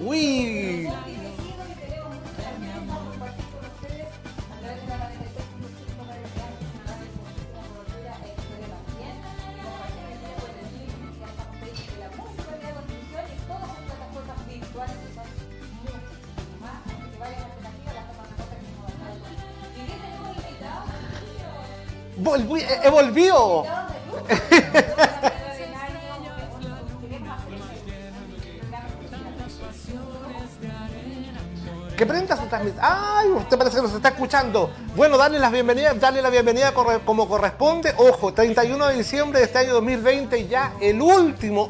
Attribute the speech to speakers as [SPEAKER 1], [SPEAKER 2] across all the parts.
[SPEAKER 1] Uy. He volvido. Que prenda su transmisión. ¡Ay! Usted parece que nos está escuchando. Bueno, darle la bienvenida como corresponde. Ojo, 31 de diciembre de este año 2020 y ya el último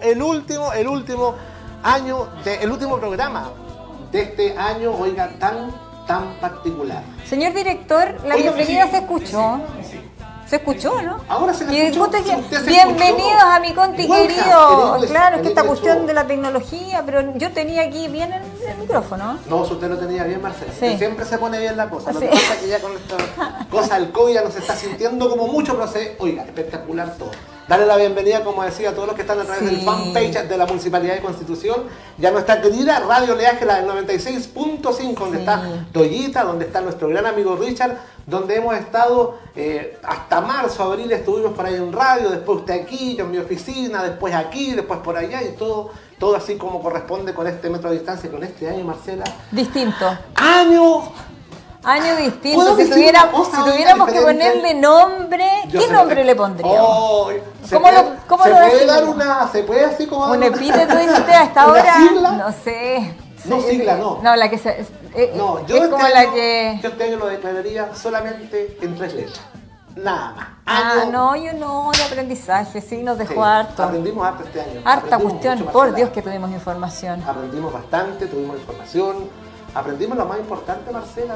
[SPEAKER 1] año, el último programa de este año, oiga, tan particular.
[SPEAKER 2] Señor director, la bienvenida se escuchó. Se escuchó, ¿no?
[SPEAKER 1] Ahora se le escuchó.
[SPEAKER 2] Bienvenidos a mi Conti querido. Claro, es que esta cuestión de la tecnología, pero yo tenía aquí bien el micrófono.
[SPEAKER 1] No, usted lo tenía bien, Marcela.
[SPEAKER 2] Sí.
[SPEAKER 1] Siempre se pone bien la cosa.
[SPEAKER 2] Sí.
[SPEAKER 1] Lo que pasa es que ya con esta cosa del COVID ya no se está sintiendo como mucho, pero oiga, espectacular todo. Darle la bienvenida, como decía, a todos los que están a través del fanpage de la Municipalidad de Constitución y a nuestra querida Radio Oleaje, la del 96.5, donde está Toyita, donde está nuestro gran amigo Richard, donde hemos estado hasta marzo, abril estuvimos por ahí en radio, después usted aquí, yo en mi oficina, después aquí, después por allá y todo así como corresponde con este metro de distancia, con este año, Marcela.
[SPEAKER 2] Distinto.
[SPEAKER 1] Año
[SPEAKER 2] distinto. Si tuviéramos que ponerle nombre, ¿qué nombre le pondríamos?
[SPEAKER 1] ¿Se puede así como
[SPEAKER 2] un epíteto, dijiste, hasta ahora?
[SPEAKER 1] ¿Sigla?
[SPEAKER 2] No sé.
[SPEAKER 1] No, sigla no.
[SPEAKER 2] No, la que se...
[SPEAKER 1] yo
[SPEAKER 2] es como la que...
[SPEAKER 1] Yo este año lo declararía solamente en 3 letras. Nada
[SPEAKER 2] yo
[SPEAKER 1] más.
[SPEAKER 2] no, de aprendizaje, sí, nos dejó harto.
[SPEAKER 1] Aprendimos harto este año.
[SPEAKER 2] Harta cuestión, por Dios que tuvimos información.
[SPEAKER 1] Aprendimos bastante, tuvimos información. Aprendimos lo más importante, Marcela,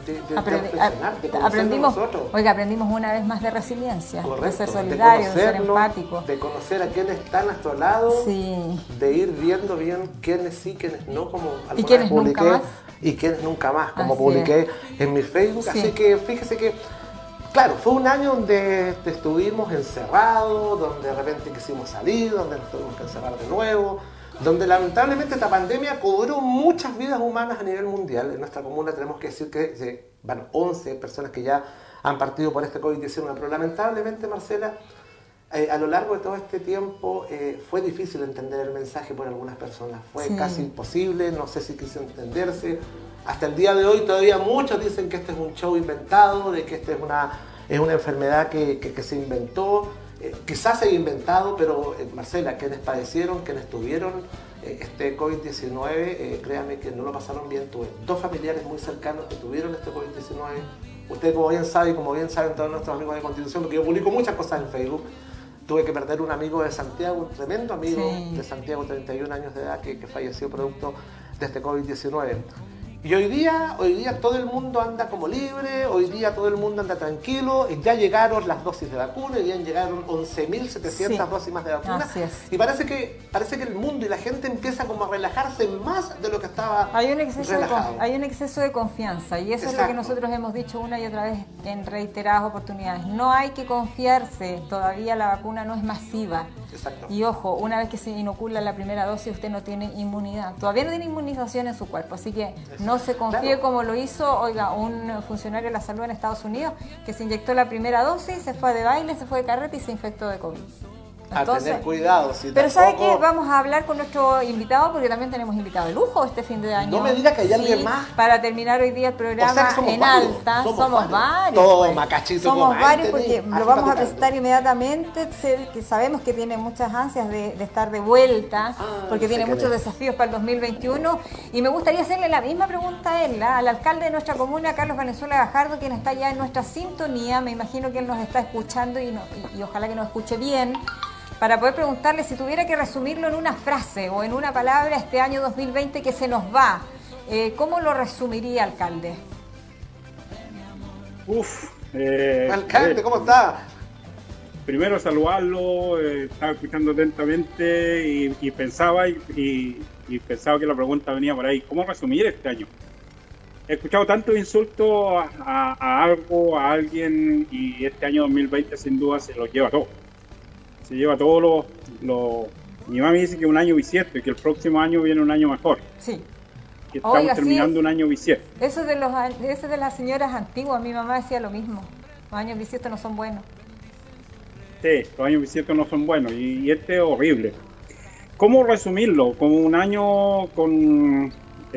[SPEAKER 1] de
[SPEAKER 2] aprendimos nosotros. Oiga, aprendimos una vez más de resiliencia, de ser solidario, de ser empático.
[SPEAKER 1] De conocer a quienes están a nuestro lado, de ir viendo bien quiénes sí, quiénes no, como
[SPEAKER 2] y quiénes nunca más.
[SPEAKER 1] Y quiénes nunca más, como publiqué en mi Facebook. Así que fíjese que, claro, fue un año donde estuvimos encerrados, donde de repente quisimos salir, donde nos tuvimos que encerrar de nuevo, donde lamentablemente esta pandemia cobró muchas vidas humanas a nivel mundial. En nuestra comuna tenemos que decir que van 11 personas que ya han partido por este COVID-19, pero lamentablemente, Marcela, a lo largo de todo este tiempo fue difícil entender el mensaje por algunas personas, fue casi imposible, no sé si quiso entenderse. Hasta el día de hoy todavía muchos dicen que este es un show inventado, de que esta es una enfermedad que se inventó. Quizás se haya inventado, pero Marcela, quienes padecieron, quienes tuvieron este COVID-19, créanme que no lo pasaron bien. Tuve 2 familiares muy cercanos que tuvieron este COVID-19. Usted, como bien sabe, y como bien saben todos nuestros amigos de Constitución, porque yo publico muchas cosas en Facebook, tuve que perder un amigo de Santiago, un tremendo amigo de Santiago, 31 años de edad, que falleció producto de este COVID-19. Y hoy día todo el mundo anda como libre, hoy día todo el mundo anda tranquilo, ya llegaron las dosis de vacuna, ya llegaron 11.700 dosis más de vacuna.
[SPEAKER 2] Así es.
[SPEAKER 1] Y parece que el mundo y la gente empieza como a relajarse más de lo que estaba relajado.
[SPEAKER 2] Hay un exceso de confianza y eso es lo que nosotros hemos dicho una y otra vez en reiteradas oportunidades. No hay que confiarse, todavía la vacuna no es masiva.
[SPEAKER 1] Exacto.
[SPEAKER 2] Y ojo, una vez que se inocula la primera dosis usted no tiene inmunidad, todavía no tiene inmunización en su cuerpo, así que no se confíe como lo hizo, oiga, un funcionario de la salud en Estados Unidos que se inyectó la primera dosis, se fue de baile, se fue de carrete y se infectó de COVID.
[SPEAKER 1] Entonces, a tener cuidado.
[SPEAKER 2] Pero ¿sabe qué? Vamos a hablar con nuestro invitado porque también tenemos invitado de lujo este fin de año.
[SPEAKER 1] No me diga que hay alguien más.
[SPEAKER 2] Para terminar hoy día el programa en alta. Somos varios.
[SPEAKER 1] Toma, cachito.
[SPEAKER 2] Somos varios porque lo vamos a presentar inmediatamente. Que sabemos que tiene muchas ansias de estar de vuelta porque tiene muchos desafíos para el 2021. Y me gustaría hacerle la misma pregunta a él, al alcalde de nuestra comuna, Carlos Valenzuela Gajardo, quien está ya en nuestra sintonía. Me imagino que él nos está escuchando y ojalá que nos escuche bien. Para poder preguntarle si tuviera que resumirlo en una frase o en una palabra este año 2020 que se nos va, ¿cómo lo resumiría, alcalde?
[SPEAKER 1] Alcalde, ¿cómo está?
[SPEAKER 3] Primero saludarlo, estaba escuchando atentamente y pensaba pensaba que la pregunta venía por ahí. ¿Cómo resumir este año? He escuchado tantos insultos a algo, a alguien, y este año 2020 sin duda se lo lleva todo. Se lleva todo mi mamá me dice que un año bisiesto y que el próximo año viene un año mejor.
[SPEAKER 2] Sí.
[SPEAKER 3] que estamos terminando un año bisiesto.
[SPEAKER 2] Eso de las señoras antiguas, mi mamá decía lo mismo. Los años bisiestos no son buenos.
[SPEAKER 3] Sí, los años bisiestos no son buenos y este es horrible. ¿Cómo resumirlo? Como un año con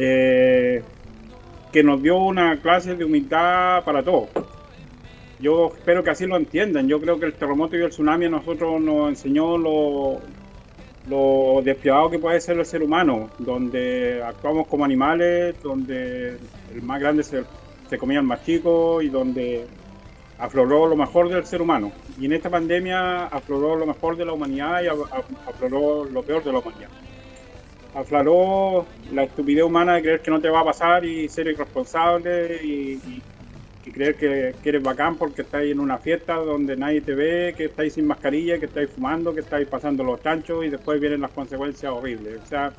[SPEAKER 3] que nos dio una clase de humildad para todos. Yo espero que así lo entiendan. Yo creo que el terremoto y el tsunami a nosotros nos enseñó lo despiadado que puede ser el ser humano, donde actuamos como animales, donde el más grande se comía al más chico y donde afloró lo mejor del ser humano. Y en esta pandemia afloró lo mejor de la humanidad y afloró lo peor de la humanidad. Afloró la estupidez humana de creer que no te va a pasar y ser irresponsable y creer que eres bacán porque estás en una fiesta donde nadie te ve, que estáis sin mascarilla, que estáis fumando, que estáis pasando los chanchos y después vienen las consecuencias horribles. O sea,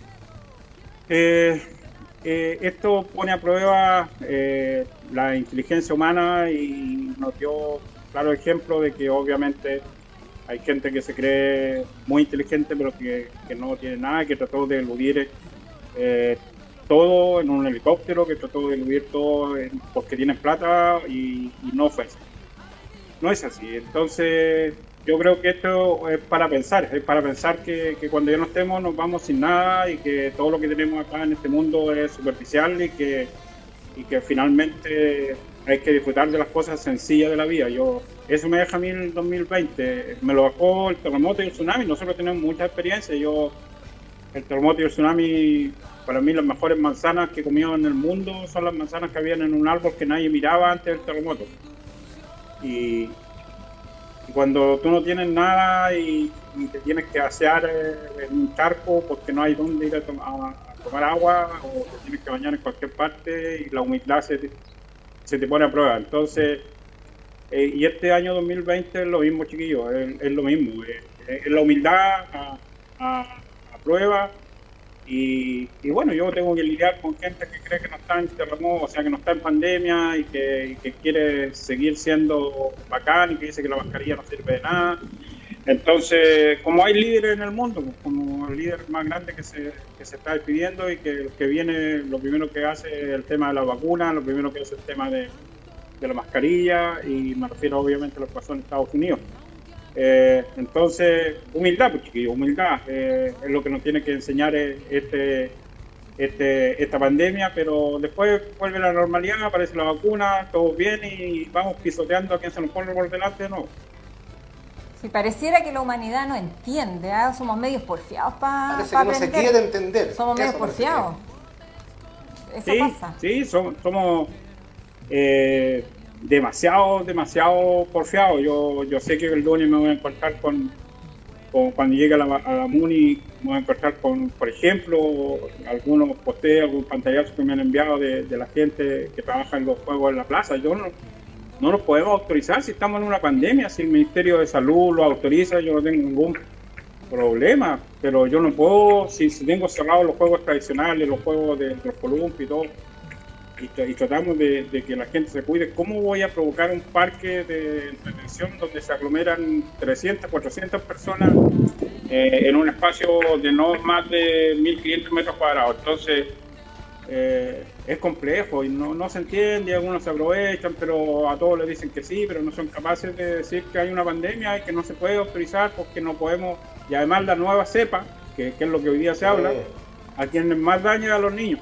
[SPEAKER 3] esto pone a prueba la inteligencia humana y nos dio claro ejemplo de que obviamente hay gente que se cree muy inteligente pero que no tiene nada, que trató de eludir todo en un helicóptero, que trató de eludir todo porque tienen plata y no fue así. No es así. Entonces yo creo que esto es para pensar que cuando ya no estemos nos vamos sin nada y que todo lo que tenemos acá en este mundo es superficial y que finalmente hay que disfrutar de las cosas sencillas de la vida. Eso me deja a mí el 2020, me lo dejó el terremoto y el tsunami. Nosotros tenemos mucha experiencia. El terremoto y el tsunami, para mí las mejores manzanas que he comido en el mundo son las manzanas que habían en un árbol que nadie miraba antes del terremoto. Y cuando tú no tienes nada y te tienes que asear en un charco porque no hay dónde ir a tomar agua o te tienes que bañar en cualquier parte y la humildad se te pone a prueba. Entonces, y este año 2020 es lo mismo, chiquillos, es lo mismo. Es la humildad a prueba. Y bueno, yo tengo que lidiar con gente que cree que no está en terremoto, o sea, que no está en pandemia y que quiere seguir siendo bacán y que dice que la mascarilla no sirve de nada. Entonces, como hay líderes en el mundo, como el líder más grande que se está despidiendo y que el que viene, lo primero que hace es el tema de la vacuna, lo primero que hace es el tema de la mascarilla, y me refiero obviamente a lo que pasó en Estados Unidos. Entonces, humildad, pues chiquillos, humildad es lo que nos tiene que enseñar esta pandemia, pero después vuelve la normalidad, aparece la vacuna, todo bien y vamos pisoteando a quien se nos pone por delante de nuevo.
[SPEAKER 2] Si pareciera que la humanidad no entiende, ¿eh? Somos medios porfiados para
[SPEAKER 1] Parece que no se quiere entender.
[SPEAKER 2] Somos medios porfiados. Eso pasa. Sí,
[SPEAKER 3] somos demasiado porfiados. Yo sé que el lunes me voy a encontrar con cuando llegue a la MUNI, me voy a encontrar con, por ejemplo, algunos posteos, algún pantallazo que me han enviado de la gente que trabaja en los juegos en la plaza. Yo no los podemos autorizar si estamos en una pandemia. Si el Ministerio de Salud lo autoriza, yo no tengo ningún problema, pero yo no puedo, si tengo cerrados los juegos tradicionales, los juegos de los columpios y todo, y tratamos de que la gente se cuide, ¿cómo voy a provocar un parque de entretención donde se aglomeran 300, 400 personas en un espacio de no más de 1.500 metros cuadrados? Entonces, es complejo y no se entiende, algunos se aprovechan, pero a todos les dicen que sí, pero no son capaces de decir que hay una pandemia y que no se puede autorizar porque no podemos, y además la nueva cepa, que es lo que hoy día se habla, a quienes más daña a los niños.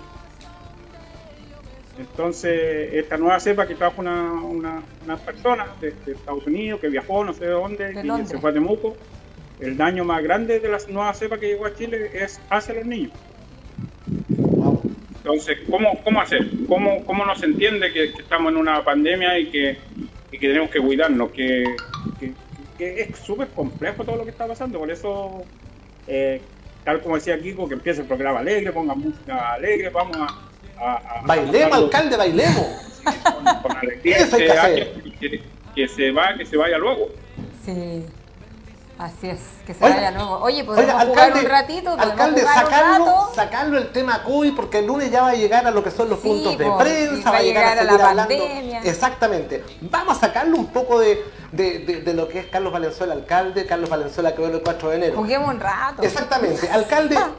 [SPEAKER 3] Entonces, esta nueva cepa que trajo una persona de Estados Unidos, que viajó no sé de dónde, y se fue a Temuco, el daño más grande de la nueva cepa que llegó a Chile es hacia los niños. Entonces, ¿cómo hacer? ¿Cómo nos entiende que estamos en una pandemia y que tenemos que cuidarnos? Que es súper complejo todo lo que está pasando. Por eso, tal como decía Kiko, que empiece el programa alegre, pongan música alegre, vamos a
[SPEAKER 1] bailemos, alcalde, bailemos.
[SPEAKER 3] Con alegría, que se vaya luego.
[SPEAKER 2] Sí. Así es, que se vaya luego. Oye, ¿podemos jugar un ratito?
[SPEAKER 1] Alcalde, sacarlo el tema CUI, porque el lunes ya va a llegar a lo que son los puntos de prensa, va a llegar a la pandemia. Exactamente. Vamos a sacarlo un poco de lo que es Carlos Valenzuela, alcalde, Carlos Valenzuela que vuelve el 4 de enero.
[SPEAKER 2] Juguemos un rato.
[SPEAKER 1] Exactamente. Alcalde,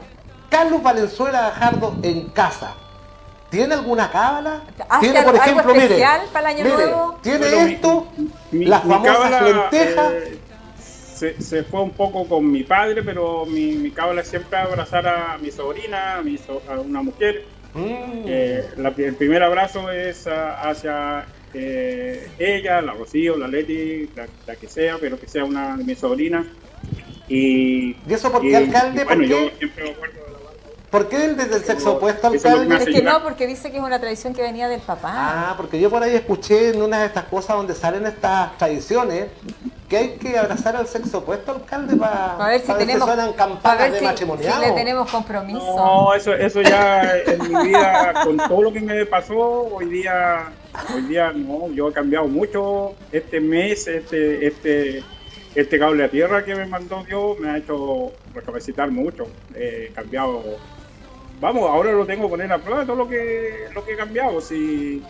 [SPEAKER 1] Carlos Valenzuela Gajardo en casa. ¿Tiene alguna cábala? ¿Tiene,
[SPEAKER 2] por ejemplo, algo especial para el año nuevo?
[SPEAKER 1] ¿Tiene esto? Las famosas lentejas.
[SPEAKER 3] Se fue un poco con mi padre, pero mi cábala es siempre abrazar a mi sobrina, a una mujer. El primer abrazo es hacia ella, la Rocío, la Leti, la que sea, pero que sea una de mis sobrinas. ¿Y
[SPEAKER 1] eso por qué, alcalde?
[SPEAKER 3] Bueno, yo siempre me acuerdo de la barba.
[SPEAKER 1] ¿Por qué el desde el sexo opuesto, alcalde?
[SPEAKER 2] Es que no, porque dice que es una tradición que venía del papá.
[SPEAKER 1] Ah, porque yo por ahí escuché en una de estas cosas donde salen estas tradiciones que hay que abrazar al sexo opuesto, alcalde, para
[SPEAKER 2] ver si tenemos
[SPEAKER 1] suenan campanas de matrimonial.
[SPEAKER 2] Si le tenemos compromiso.
[SPEAKER 3] No, eso ya en mi vida, con todo lo que me pasó, hoy día no, yo he cambiado mucho. Este mes, este cable a tierra que me mandó Dios me ha hecho recapacitar mucho. He cambiado. Vamos, ahora lo tengo que poner a prueba todo lo que he cambiado. Si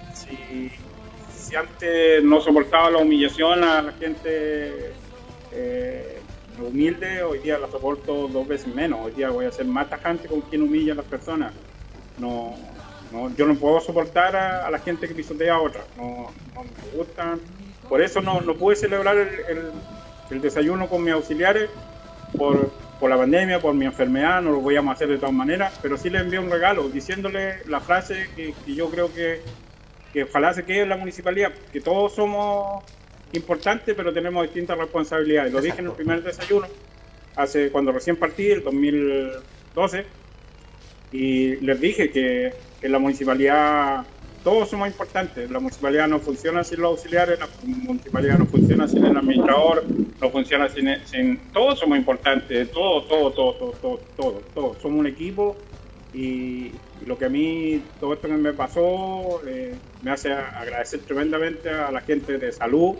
[SPEAKER 3] antes no soportaba la humillación a la gente humilde, hoy día la soporto 2 veces menos. Hoy día voy a ser más tajante con quien humilla a las personas. Yo no puedo soportar a la gente que pisotea a otra. No me gustan. Por eso no pude celebrar el desayuno con mis auxiliares por la pandemia, por mi enfermedad. No lo podíamos hacer de todas maneras, pero sí les envié un regalo diciéndole la frase que yo creo que ojalá se quede en la municipalidad, que todos somos importantes, pero tenemos distintas responsabilidades. Lo dije en el primer desayuno, cuando recién partí, el 2012, y les dije que en la municipalidad todos somos importantes. La municipalidad no funciona sin los auxiliares, la municipalidad no funciona sin el administrador, no funciona sin todos somos importantes, todos. Somos un equipo. Y lo que a mí, todo esto que me pasó, me hace agradecer tremendamente a la gente de salud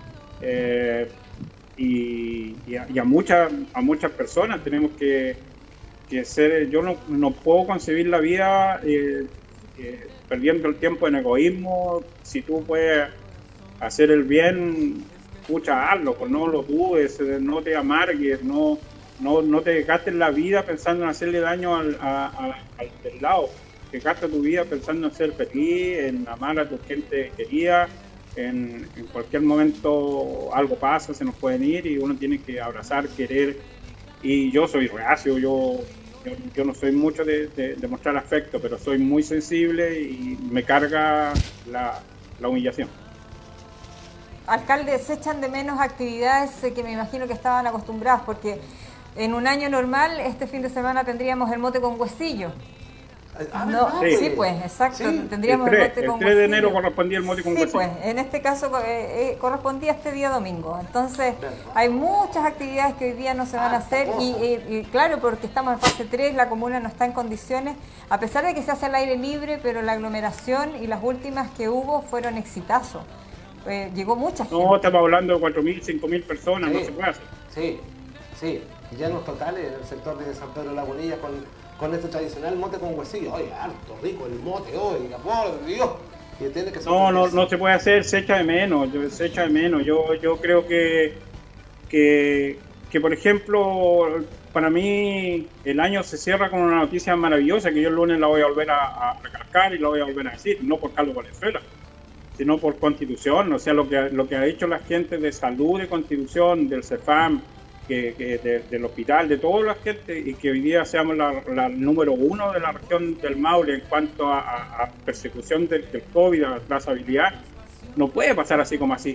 [SPEAKER 3] y a muchas personas. Tenemos que ser, yo no puedo concebir la vida perdiendo el tiempo en egoísmo. Si tú puedes hacer el bien, escucha, hazlo, pues no lo dudes, no te amargues, no te gastes la vida pensando en hacerle daño al del lado. Que gastes tu vida pensando en ser feliz, en amar a tu gente querida. En cualquier momento algo pasa, se nos pueden ir y uno tiene que abrazar, querer. Y yo soy reacio, yo no soy mucho de mostrar afecto, pero soy muy sensible y me carga la humillación.
[SPEAKER 2] Alcalde, ¿se echan de menos actividades que me imagino que estaban acostumbradas? Porque en un año normal, este fin de semana tendríamos el mote con huesillo. Sí, pues, exacto.
[SPEAKER 3] Sí,
[SPEAKER 2] tendríamos el mote con huesillo.
[SPEAKER 3] El 3 de enero correspondía el mote con huesillo.
[SPEAKER 2] Sí, pues, en este caso correspondía este día domingo. Entonces, hay muchas actividades que hoy día no se van a hacer y claro, porque estamos en fase 3, la comuna no está en condiciones, a pesar de que se hace al aire libre, pero la aglomeración y las últimas que hubo fueron exitazos. Llegó mucha gente.
[SPEAKER 3] No, estamos hablando de 4.000, 5.000 personas, no se puede hacer.
[SPEAKER 1] Sí. Llenos totales en el sector de San Pedro Lagunilla con este tradicional mote con huesillo. Oye, harto rico el mote, oiga, por Dios. Que tiene que ser
[SPEAKER 3] no se puede hacer, se echa de menos. Yo creo que por ejemplo, para mí el año se cierra con una noticia maravillosa que yo el lunes la voy a volver a recalcar y la voy a volver a decir, no por Carlos Valenzuela, sino por Constitución. O sea, lo que ha hecho la gente de salud de Constitución, del CEFAM, del hospital, de toda la gente, y que hoy día seamos la número 1 de la región del Maule en cuanto a persecución del COVID, a trazabilidad. No puede pasar así como así,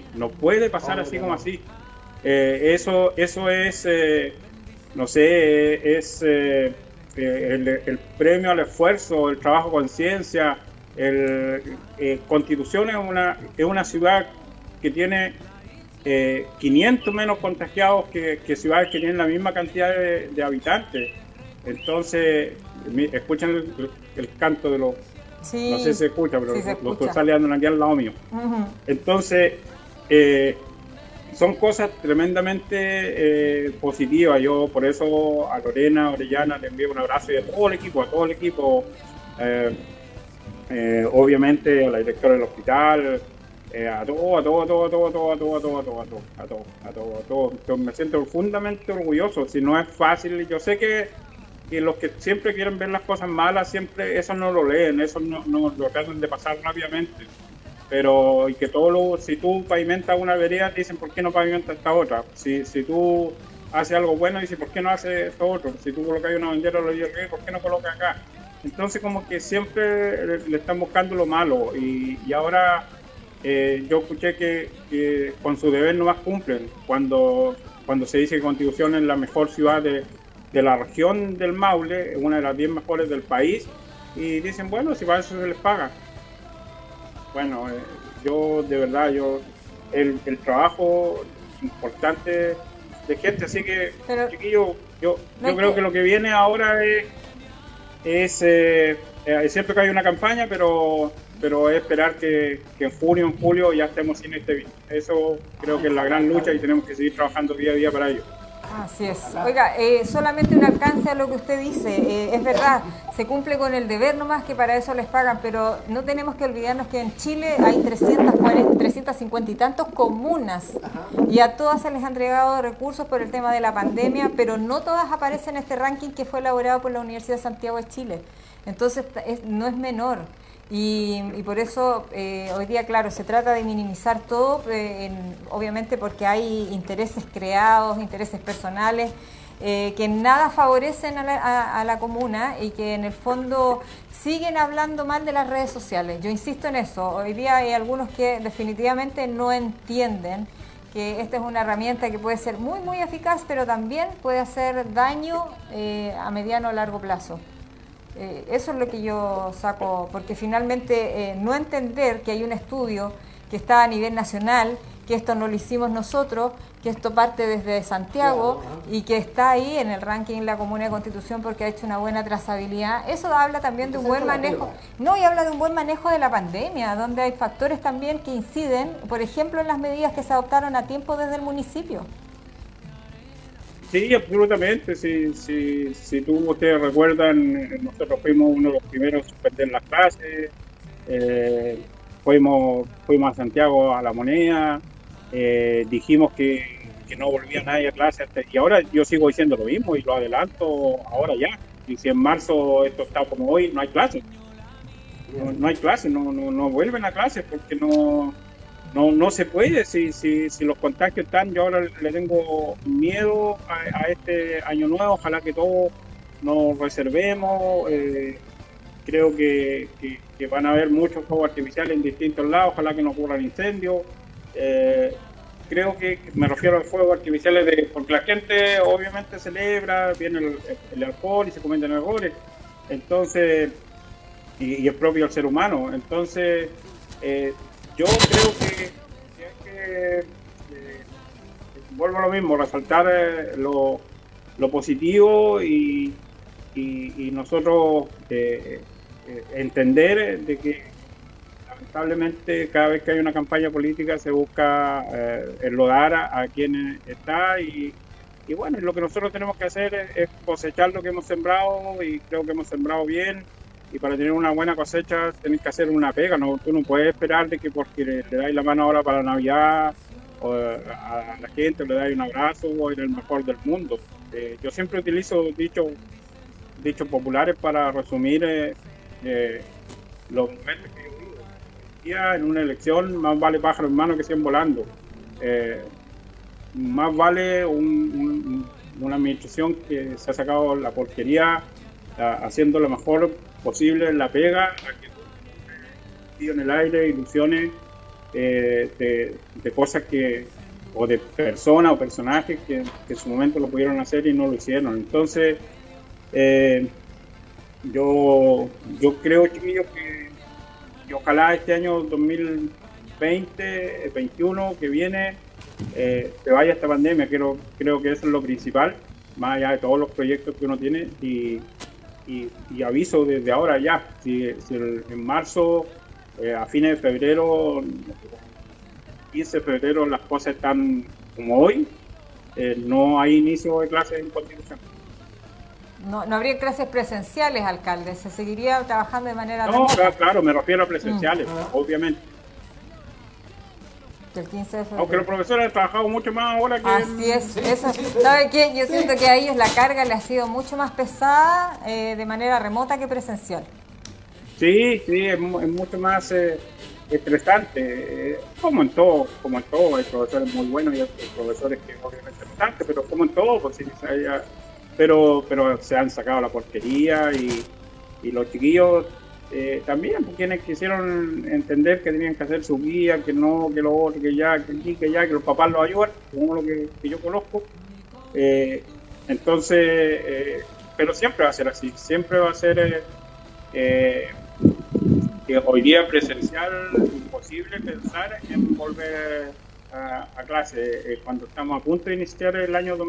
[SPEAKER 3] eso es, no sé, es el premio al esfuerzo, el trabajo con ciencia. Constitución es una ciudad que tiene 500 menos contagiados que ciudades que tienen la misma cantidad de habitantes. Entonces, escuchan el canto de los...
[SPEAKER 2] Sí,
[SPEAKER 3] no sé si se escucha, pero
[SPEAKER 2] sí se
[SPEAKER 3] los
[SPEAKER 2] escucha.
[SPEAKER 3] sale andando aquí al lado mío. Entonces, son cosas tremendamente positivas. Yo por eso a Lorena Orellana le envío un abrazo y a todo el equipo, obviamente a la directora del hospital, a todos. Me siento profundamente orgulloso. Si no es fácil, yo sé que que los que siempre quieren ver las cosas malas, siempre eso no lo leen, eso no lo tratan de pasar rápidamente. Pero, y que si tú pavimentas una vereda, te dicen, ¿por qué no pavimentas esta otra? Si tú haces algo bueno, dicen, ¿por qué no haces esto otro? Si tú colocas una bandera, lo dices, ¿por qué no colocas acá? Entonces, como que siempre le están buscando lo malo. Y ahora yo escuché que con su deber no más cumplen. Cuando se dice que Constitución es la mejor ciudad de la región del Maule, una de las 10 mejores del país, y dicen, bueno, si para eso se les paga. Bueno, yo de verdad, el trabajo importante de gente, así que, chiquillos, yo creo que lo que viene ahora es cierto que hay una campaña, pero es esperar que en junio, en julio ya estemos sin este virus. Eso creo que es la gran lucha y tenemos que seguir trabajando día a día para ello.
[SPEAKER 2] Así es. Oiga, solamente un alcance a lo que usted dice. Es verdad, se cumple con el deber nomás, que para eso les pagan, pero no tenemos que olvidarnos que en Chile hay 350 y tantos comunas y a todas se les han entregado recursos por el tema de la pandemia, pero no todas aparecen en este ranking que fue elaborado por la Universidad de Santiago de Chile. Entonces no es menor. Y por eso hoy día, claro, se trata de minimizar todo, obviamente porque hay intereses creados, intereses personales, que nada favorecen a la comuna y que en el fondo siguen hablando mal de las redes sociales. Yo insisto en eso, hoy día hay algunos que definitivamente no entienden que esta es una herramienta que puede ser muy, muy eficaz, pero también puede hacer daño a mediano o largo plazo. Eso es lo que yo saco, porque finalmente no entender que hay un estudio que está a nivel nacional, que esto no lo hicimos nosotros, que esto parte desde Santiago y que está ahí en el ranking la Comuna de Constitución porque ha hecho una buena trazabilidad. Eso habla también de un buen manejo, y habla de un buen manejo de la pandemia, donde hay factores también que inciden, por ejemplo, en las medidas que se adoptaron a tiempo desde el municipio.
[SPEAKER 3] Sí, absolutamente. Si ustedes recuerdan, nosotros fuimos uno de los primeros a suspender las clases, fuimos a Santiago a La Moneda, dijimos que no volvía nadie a clase, y ahora yo sigo diciendo lo mismo y lo adelanto ahora ya. Y si en marzo esto está como hoy, no hay clases. No hay clases, no vuelven a clases porque no se puede, si los contagios están. Yo ahora le tengo miedo a este año nuevo, ojalá que todos nos reservemos. Creo que van a haber muchos fuegos artificiales en distintos lados, ojalá que no ocurran incendios. Creo que me refiero a fuegos artificiales porque la gente obviamente celebra, viene el alcohol y se cometen errores, entonces, y es propio al ser humano. Entonces, yo creo que hay que, vuelvo a lo mismo, resaltar lo positivo y nosotros entender de que lamentablemente cada vez que hay una campaña política se busca enlodar a quien está y bueno, lo que nosotros tenemos que hacer es cosechar lo que hemos sembrado y creo que hemos sembrado bien. Y para tener una buena cosecha tenés que hacer una pega, tú no puedes esperar de que porque le dais la mano ahora para Navidad o a la gente le dais un abrazo o eres el mejor del mundo. Yo siempre utilizo dichos populares para resumir los momentos que yo vivo. En una elección más vale pájaro en mano que 100 volando. Más vale una administración que se ha sacado la porquería haciendo lo mejor posible la pega, a que en el aire ilusiones de cosas o de personas o personajes que en su momento lo pudieron hacer y no lo hicieron. Entonces yo creo, chiquillos, que ojalá este año 2020, 21 que viene se vaya esta pandemia. Creo que eso es lo principal, más allá de todos los proyectos que uno tiene, y aviso desde ahora ya, si en marzo, a fines de febrero, 15 de febrero, las cosas están como hoy, no hay inicio de clases en Constitución.
[SPEAKER 2] No habría clases presenciales, alcalde, se seguiría trabajando de manera
[SPEAKER 3] remota. Claro, me refiero a presenciales, obviamente.
[SPEAKER 2] El 15 de febrero.
[SPEAKER 3] Aunque los profesores han trabajado mucho más ahora que...
[SPEAKER 2] Así es, eso. ¿Sabe qué? Yo siento que a ellos la carga le ha sido mucho más pesada de manera remota que presencial.
[SPEAKER 3] Sí, es mucho más estresante, como en todo, hay profesores muy buenos y hay profesores que obviamente no tanto, pero como en todo, pues, sí, pero se han sacado la porquería y los chiquillos también, pues, quienes quisieron entender que tenían que hacer su guía, que no, que lo otro, que ya, que los papás los ayudan, como lo que yo conozco. Entonces, pero siempre va a ser así, siempre va a ser que hoy día presencial imposible pensar en volver a clase. Cuando estamos a punto de iniciar el año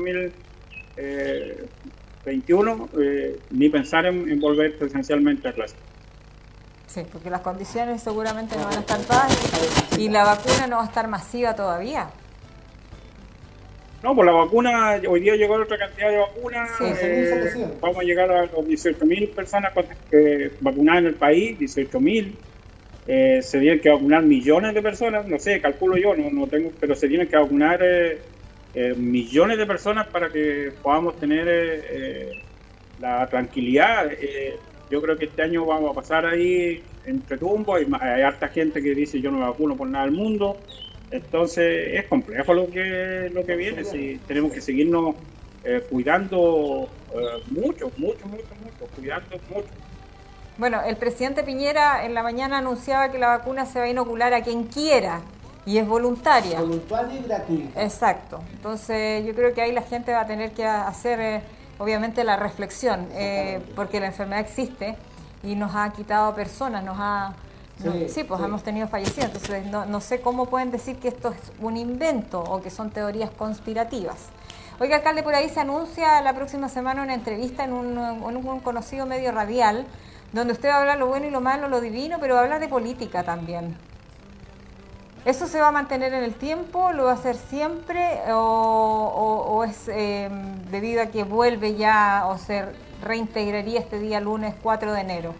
[SPEAKER 3] 2021, ni pensar en volver presencialmente a clase.
[SPEAKER 2] Sí, porque las condiciones seguramente no van a estar dadas y la vacuna no va a estar masiva todavía.
[SPEAKER 3] No, pues la vacuna, hoy día llegó otra cantidad de vacunas,
[SPEAKER 2] sí,
[SPEAKER 3] vamos a llegar a los 18.000 personas vacunadas en el país, 18.000, se tienen que vacunar millones de personas, no sé, calculo yo, no tengo, pero se tienen que vacunar millones de personas para que podamos tener la tranquilidad. Yo creo que este año vamos a pasar ahí entre tumbos, hay harta gente que dice yo no me vacuno por nada del mundo. Entonces es complejo lo que viene, si tenemos que seguirnos cuidando mucho, cuidando mucho.
[SPEAKER 2] Bueno, el presidente Piñera en la mañana anunciaba que la vacuna se va a inocular a quien quiera y es voluntaria.
[SPEAKER 1] Voluntaria y gratuita.
[SPEAKER 2] Exacto, entonces yo creo que ahí la gente va a tener que hacer obviamente la reflexión, porque la enfermedad existe y nos ha quitado personas, hemos tenido fallecidos, entonces no sé cómo pueden decir que esto es un invento o que son teorías conspirativas. Oiga, alcalde, por ahí se anuncia la próxima semana una entrevista en un conocido medio radial, donde usted va a hablar lo bueno y lo malo, lo divino, pero va a hablar de política también. ¿Eso se va a mantener en el tiempo? ¿Lo va a hacer siempre? ¿O es debido a que vuelve ya o se reintegraría este día lunes 4 de enero?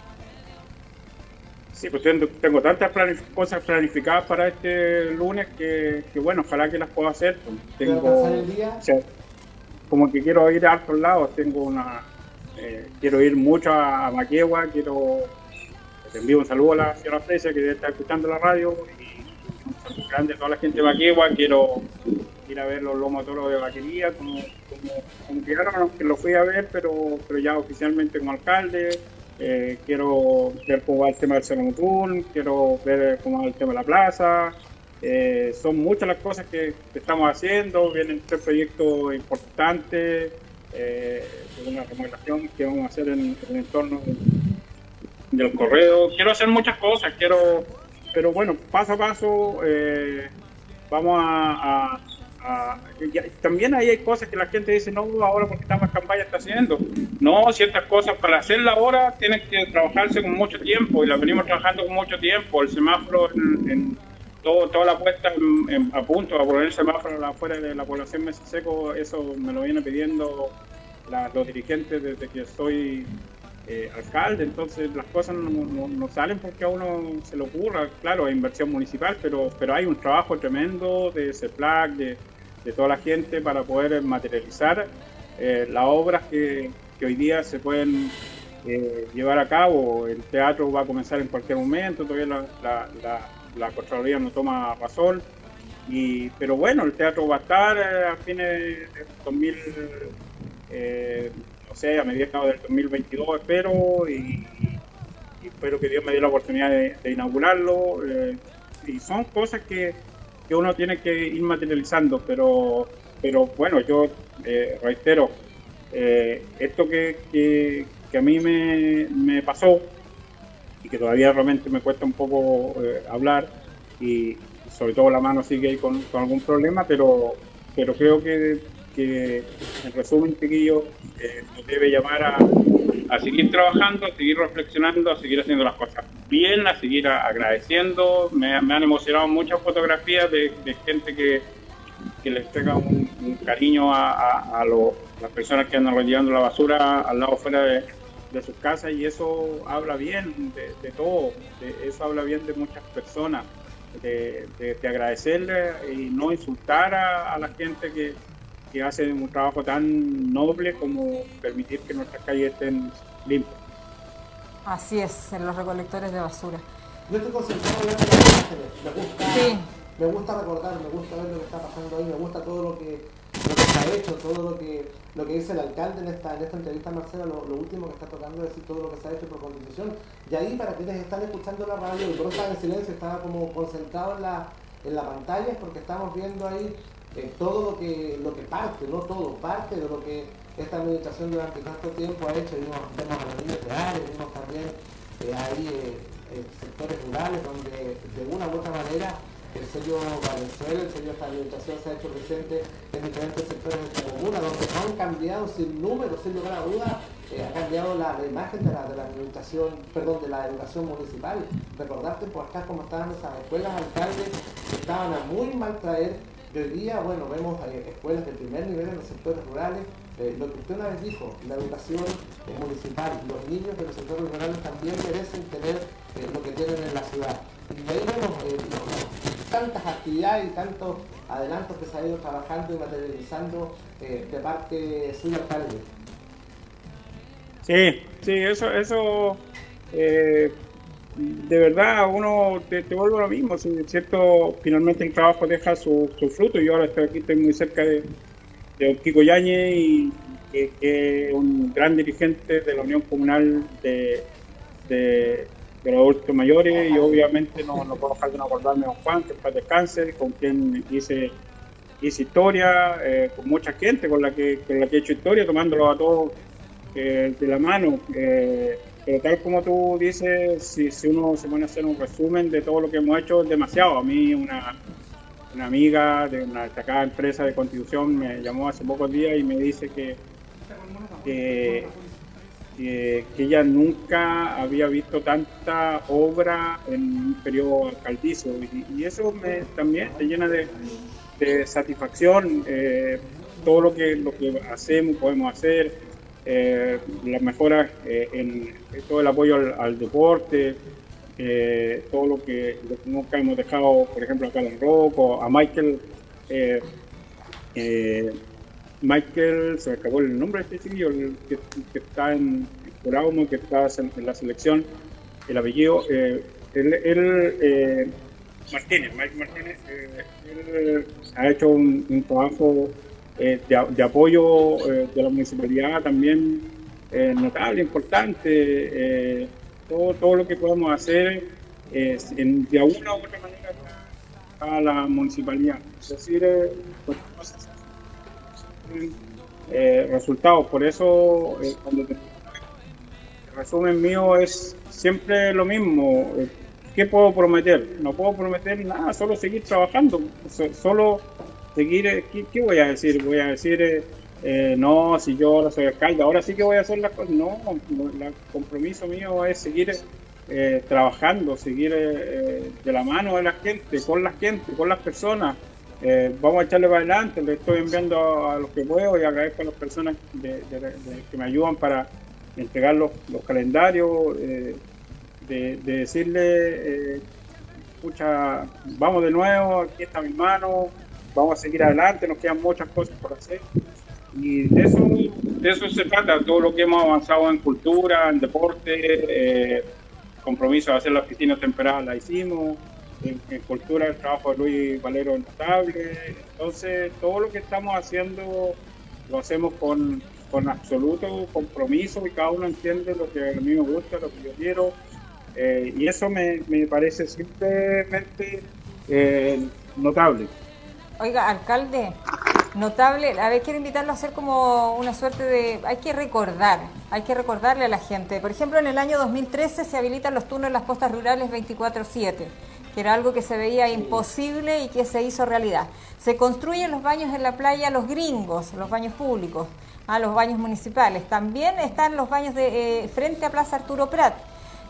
[SPEAKER 3] Sí, pues tengo tantas cosas planificadas para este lunes que bueno, ojalá que las pueda hacer. Como que quiero ir a otros lados, quiero ir mucho a Maquegua, te envío un saludo a la señora Fresia que está escuchando la radio y un saludo grande a toda la gente de Maquegua. Quiero ir a ver los lomos toros de vaquería, como quedaron, que lo fui a ver, pero ya oficialmente como alcalde. Quiero ver cómo va el tema del Cerro Mutún, quiero ver cómo va el tema de la plaza. Son muchas las cosas que estamos haciendo, vienen 3 proyectos importantes, una remodelación que vamos a hacer en el entorno del correo. Quiero hacer muchas cosas, pero bueno, paso a paso vamos a también ahí hay cosas que la gente dice, no, ahora porque estamos en campaña está haciendo. No, ciertas cosas para hacerla ahora tienen que trabajarse con mucho tiempo y la venimos trabajando con mucho tiempo. El semáforo toda la puesta a punto, a poner el semáforo afuera de la población Mesa Seco, eso me lo vienen pidiendo los dirigentes desde que soy alcalde. Entonces las cosas no salen porque a uno se le ocurra. Claro, hay inversión municipal, pero hay un trabajo tremendo de CEPLAC, de toda la gente para poder materializar las obras que hoy día se pueden llevar a cabo. El teatro va a comenzar en cualquier momento, todavía la Contraloría no toma razón, pero bueno, el teatro va a estar a fines de 2000, a mediados del 2022 espero, y espero que Dios me dé la oportunidad de inaugurarlo, y son cosas que uno tiene que ir materializando, pero bueno, yo reitero, esto que a mí me pasó y que todavía realmente me cuesta un poco hablar, y sobre todo la mano sigue ahí con algún problema, pero creo que en resumen, chiquillos, nos debe llamar a seguir trabajando, a seguir reflexionando, a seguir haciendo las cosas bien, a seguir agradeciendo. Me han emocionado muchas fotografías de gente que le entrega un cariño a las personas que andan llevando la basura al lado fuera de sus casas, y eso habla bien de todo, eso habla bien de muchas personas. de agradecerle y no insultar a la gente que hace un trabajo tan noble como permitir que nuestras calles estén limpias.
[SPEAKER 2] Así es, en los recolectores de basura.
[SPEAKER 1] Yo estoy concentrado en las imágenes,
[SPEAKER 2] sí.
[SPEAKER 1] Me gusta recordar, me gusta ver lo que está pasando ahí, me gusta todo lo que se ha hecho, todo lo que dice el alcalde en esta entrevista, Marcela, lo último que está tocando es decir todo lo que se ha hecho por Constitución. Y ahí, para quienes están escuchando la radio, y por eso estaba en silencio, estaba como concentrado en la pantalla, porque estamos viendo ahí todo lo que parte, no todo, parte de lo que esta administración durante tanto tiempo ha hecho. Vemos a los niños reales, vemos también ahí sectores rurales donde de una u otra manera el sello Valenzuela, el sello de esta administración se ha hecho presente en diferentes sectores de la comuna, donde han cambiado sin número, sin lugar a dudas, ha cambiado la imagen de la administración, perdón, de la educación municipal. Recordarte por acá cómo estaban esas escuelas, alcaldes, que estaban a muy mal traer, y hoy día, bueno, vemos escuelas de primer nivel en los sectores rurales. Lo que usted una vez dijo, la educación municipal, los niños de los sectores rurales también merecen tener lo que tienen en la ciudad. Y ahí vemos tantas actividades y tantos adelantos que se ha ido trabajando y materializando de parte suya, alcalde.
[SPEAKER 3] Sí, eso de verdad uno te vuelve lo mismo, ¿sí? ¿Cierto? Finalmente el trabajo deja su fruto. Yo ahora estoy muy cerca de don Kiko Yáñez, y que es un gran dirigente de la Unión Comunal de los adultos mayores, y obviamente no puedo dejar de no acordarme de don Juan, que para descanse, con quien hice historia, con mucha gente con la que he hecho historia, tomándolo a todos de la mano. Pero tal como tú dices, si uno se pone a hacer un resumen de todo lo que hemos hecho, es demasiado. A mí una amiga de una destacada empresa de Constitución me llamó hace pocos días y me dice que ella nunca había visto tanta obra en un periodo alcaldizo, y eso también te llena de satisfacción. Todo lo que hacemos, podemos hacer, las mejoras en todo el apoyo al deporte, todo lo que nunca hemos dejado, por ejemplo, acá en Rocco, a Michael, se me acabó el nombre de este chiquillo, que está en Curaumo, que está en la selección, el apellido, Mike Martínez, él ha hecho un trabajo de apoyo de la municipalidad también notable, importante. Todo lo que podemos hacer de alguna u otra manera a la municipalidad. Es decir, resultados. Por eso, cuando el resumen mío es siempre lo mismo. ¿Qué puedo prometer? No puedo prometer nada, solo seguir trabajando, solo seguir. ¿Qué voy a decir? Voy a decir, no, si yo ahora soy alcalde, ahora sí que voy a hacer las cosas. No, el compromiso mío es seguir trabajando, seguir de la mano de la gente, con las personas. Vamos a echarle para adelante. Le estoy enviando a los que puedo, y agradezco a las personas que me ayudan para entregar los calendarios, de decirle, escucha, vamos de nuevo, aquí está mi mano, vamos a seguir adelante, nos quedan muchas cosas por hacer. Y de eso se trata, todo lo que hemos avanzado en cultura, en deporte, compromiso de hacer la oficina temperada la hicimos, en cultura el trabajo de Luis Valero es notable. Entonces todo lo que estamos haciendo lo hacemos con absoluto compromiso, y cada uno entiende lo que a mí me gusta, lo que yo quiero, y eso me parece simplemente notable.
[SPEAKER 2] Oiga, alcalde, notable. A ver, quiero invitarlo a hacer como una suerte de... Hay que recordarle a la gente. Por ejemplo, en el año 2013 se habilitan los turnos en las postas rurales 24/7, que era algo que se veía imposible y que se hizo realidad. Se construyen los baños en la playa Los Gringos, los baños públicos, los baños municipales. También están los baños de frente a Plaza Arturo Prat.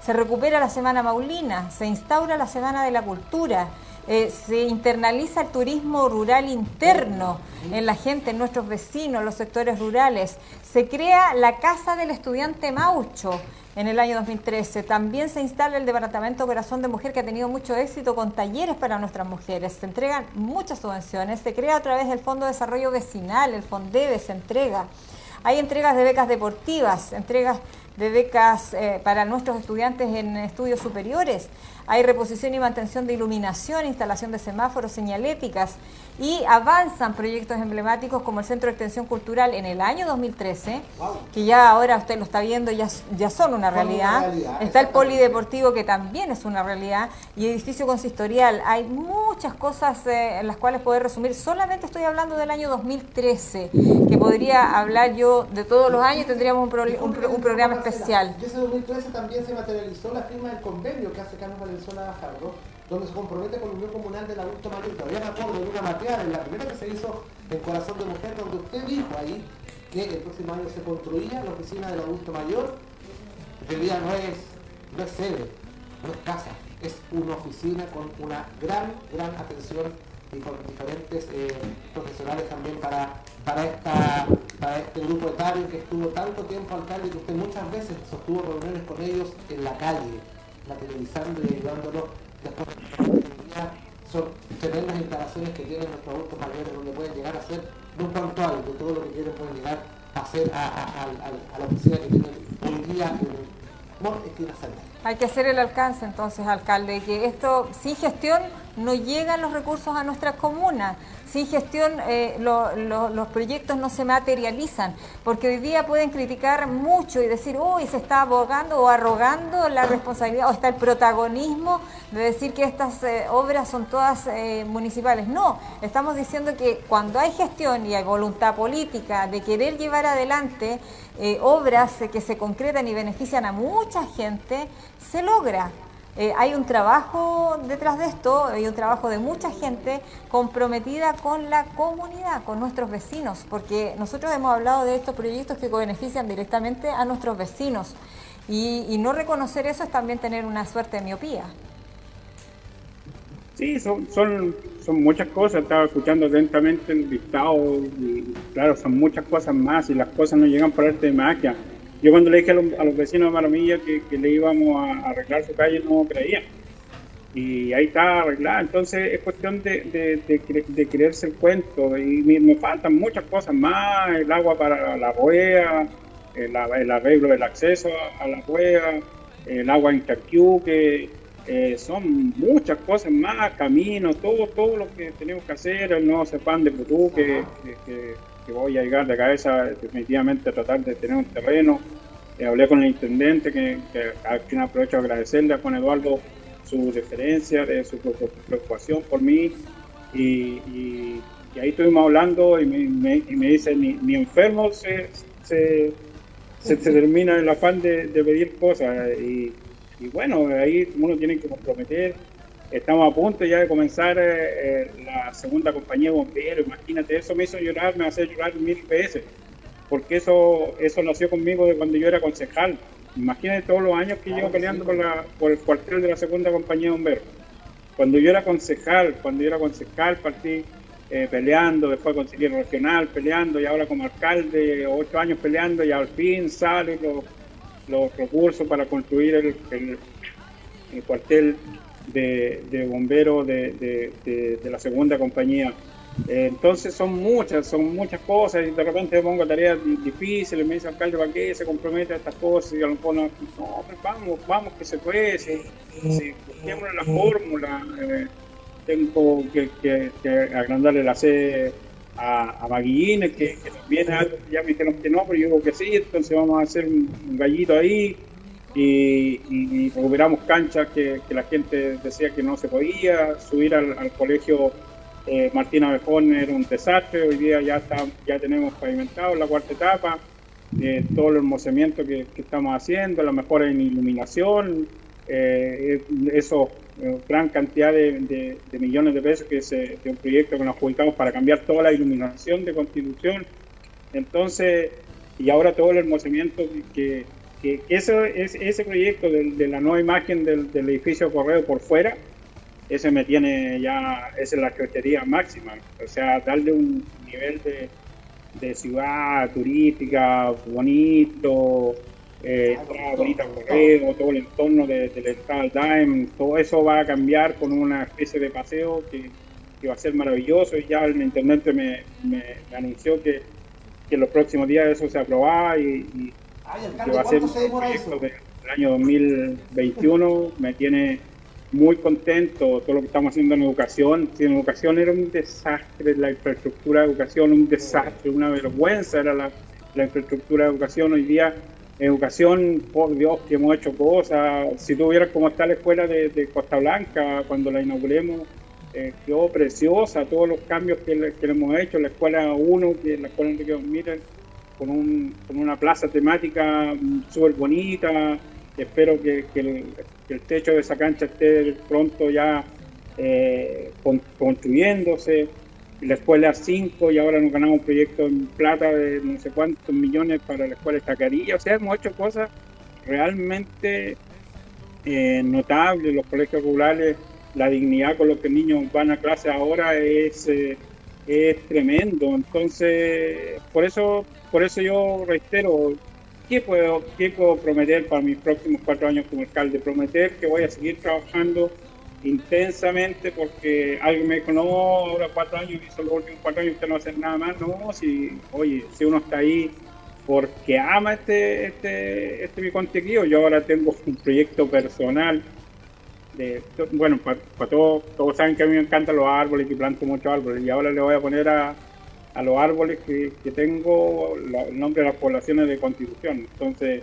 [SPEAKER 2] se recupera la Semana Maulina, se instaura la Semana de la Cultura, se internaliza el turismo rural interno en la gente, en nuestros vecinos, los sectores rurales. Se crea la Casa del Estudiante Maucho en el año 2013. También se instala el Departamento Corazón de Mujer, que ha tenido mucho éxito con talleres para nuestras mujeres. Se entregan muchas subvenciones. Se crea a través del Fondo de Desarrollo Vecinal, el FONDEVE, se entrega. Hay entregas de becas deportivas, entregas de becas para nuestros estudiantes en estudios superiores. Hay reposición y mantención de iluminación, instalación de semáforos, señaléticas, y avanzan proyectos emblemáticos como el Centro de Extensión Cultural en el año 2013, que ya ahora usted lo está viendo, ya son una realidad. Está el Polideportivo, que también es una realidad, y edificio consistorial. Hay muchas cosas en las cuales poder resumir. Solamente estoy hablando del año 2013, que podría hablar yo de todos los años, tendríamos un programa especial.
[SPEAKER 1] Y ese 2013 también se materializó la firma del convenio que hace Carlos Valenzuela Fajardo, donde se compromete con la Unión Comunal del Adulto Mayor. Todavía me acuerdo de una materia, en la primera que se hizo en Corazón de Mujer, donde usted dijo ahí que el próximo año se construía la oficina del adulto mayor. En realidad no es sede, no es casa, es una oficina con una gran atención y con diferentes profesionales también para este grupo etario que estuvo tanto tiempo alcalde, que usted muchas veces sostuvo reuniones con ellos en la calle, materializando y ayudándolos. Después son tremendas instalaciones que tienen nuestros adultos mayores, donde pueden llegar a ser de un pronto algo, todo lo que quieren pueden llegar a hacer a la oficina que tienen hoy día en esquina Santa.
[SPEAKER 2] Hay que hacer el alcance entonces, alcalde, que esto sin gestión no llegan los recursos a nuestras comunas, sin gestión los proyectos no se materializan, porque hoy día pueden criticar mucho y decir, uy, se está abogando o arrogando la responsabilidad, o está el protagonismo de decir que estas obras son todas municipales. No, estamos diciendo que cuando hay gestión y hay voluntad política de querer llevar adelante obras que se concretan y benefician a mucha gente, se logra. Hay un trabajo detrás de esto, hay un trabajo de mucha gente comprometida con la comunidad, con nuestros vecinos, porque nosotros hemos hablado de estos proyectos que benefician directamente a nuestros vecinos, y no reconocer eso es también tener una suerte de miopía.
[SPEAKER 3] Sí, son muchas cosas. Estaba escuchando atentamente el listado y claro, son muchas cosas más y las cosas no llegan por arte de magia. Yo cuando le dije a los vecinos de Maramilla que le íbamos a arreglar su calle, no creían. Y ahí está arreglada. Entonces es cuestión de creerse el cuento. Y me faltan muchas cosas más. El agua para la rueda, el arreglo del acceso a la rueda, el agua en Caquiú, que son muchas cosas más, caminos, todo lo que tenemos que hacer. El nuevo CEPAN de Putú, que voy a llegar de cabeza definitivamente a tratar de tener un terreno. Hablé con el intendente, que aquí aprovecho a agradecerle a Juan Eduardo su deferencia, de su preocupación por mí, y ahí estuvimos hablando y me dice, ni enfermo se termina el afán de pedir cosas, y bueno, ahí uno tiene que comprometer. Estamos a punto ya de comenzar la segunda compañía de bomberos. Imagínate, eso me hizo llorar, me hace llorar 1000 veces, porque eso nació conmigo de cuando yo era concejal. Imagínate todos los años que llevo peleando por el cuartel de la segunda compañía de bomberos. Cuando yo era concejal partí peleando, después conseguí el regional peleando, y ahora como alcalde 8 años peleando, y al fin salen los recursos para construir el cuartel de bomberos de la segunda compañía. Entonces son muchas cosas, y de repente me pongo tareas difíciles. Me dice, alcalde, ¿para qué se compromete a estas cosas? Y a lo mejor no, vamos que se puede, si busquemos la fórmula. Tengo que agrandarle la sede a Maguillines, que también es algo que ya me dijeron que no, pero yo digo que sí. Entonces vamos a hacer un gallito ahí, y recuperamos canchas que la gente decía que no se podía. Subir al colegio Martín Abejón era un desastre. Hoy día ya tenemos pavimentado la cuarta etapa, todo el hermosamiento que estamos haciendo, la mejora en iluminación, eso, gran cantidad de millones de pesos de un proyecto que nos adjudicamos para cambiar toda la iluminación de Constitución. Entonces, y ahora todo el hermosamiento que ese proyecto de la nueva imagen del edificio Correo por fuera, ese me tiene ya, esa es la criteria máxima, o sea, darle un nivel de ciudad turística bonito, toda bonita Correo, todo el entorno del Stade Dime, todo eso va a cambiar con una especie de paseo que va a ser maravilloso, y ya el intendente me anunció que en los próximos días eso se aprobaba y que va a ser un proyecto del año 2021. Me tiene muy contento todo lo que estamos haciendo en educación. Si en educación era un desastre, la infraestructura de educación, un desastre, una vergüenza era la infraestructura de educación. Hoy día, educación, por Dios, que hemos hecho cosas. Si tú vieras cómo está la escuela de Costa Blanca, cuando la inauguremos, quedó preciosa, todos los cambios que le hemos hecho. La escuela 1, que es la escuela Enrique Von Mitter, con una plaza temática súper bonita. Espero que el techo de esa cancha esté pronto ya construyéndose. La escuela 5, y ahora nos ganamos un proyecto en plata de no sé cuántos millones para la escuela Estacarilla. O sea, hemos hecho cosas realmente notables. Los colegios rurales, la dignidad con los que niños van a clase ahora es tremendo. Entonces, por eso yo reitero, ¿qué puedo prometer para mis próximos 4 años como alcalde? Prometer que voy a seguir trabajando intensamente, porque alguien me dijo, no, ahora 4 años, y son los últimos 4 años, usted no va a hacer nada más. No, si uno está ahí porque ama este mi contenido. Yo ahora tengo un proyecto personal bueno, para todos saben que a mí me encantan los árboles, que planto muchos árboles, y ahora le voy a poner a los árboles que tengo el nombre de las poblaciones de Constitución. Entonces,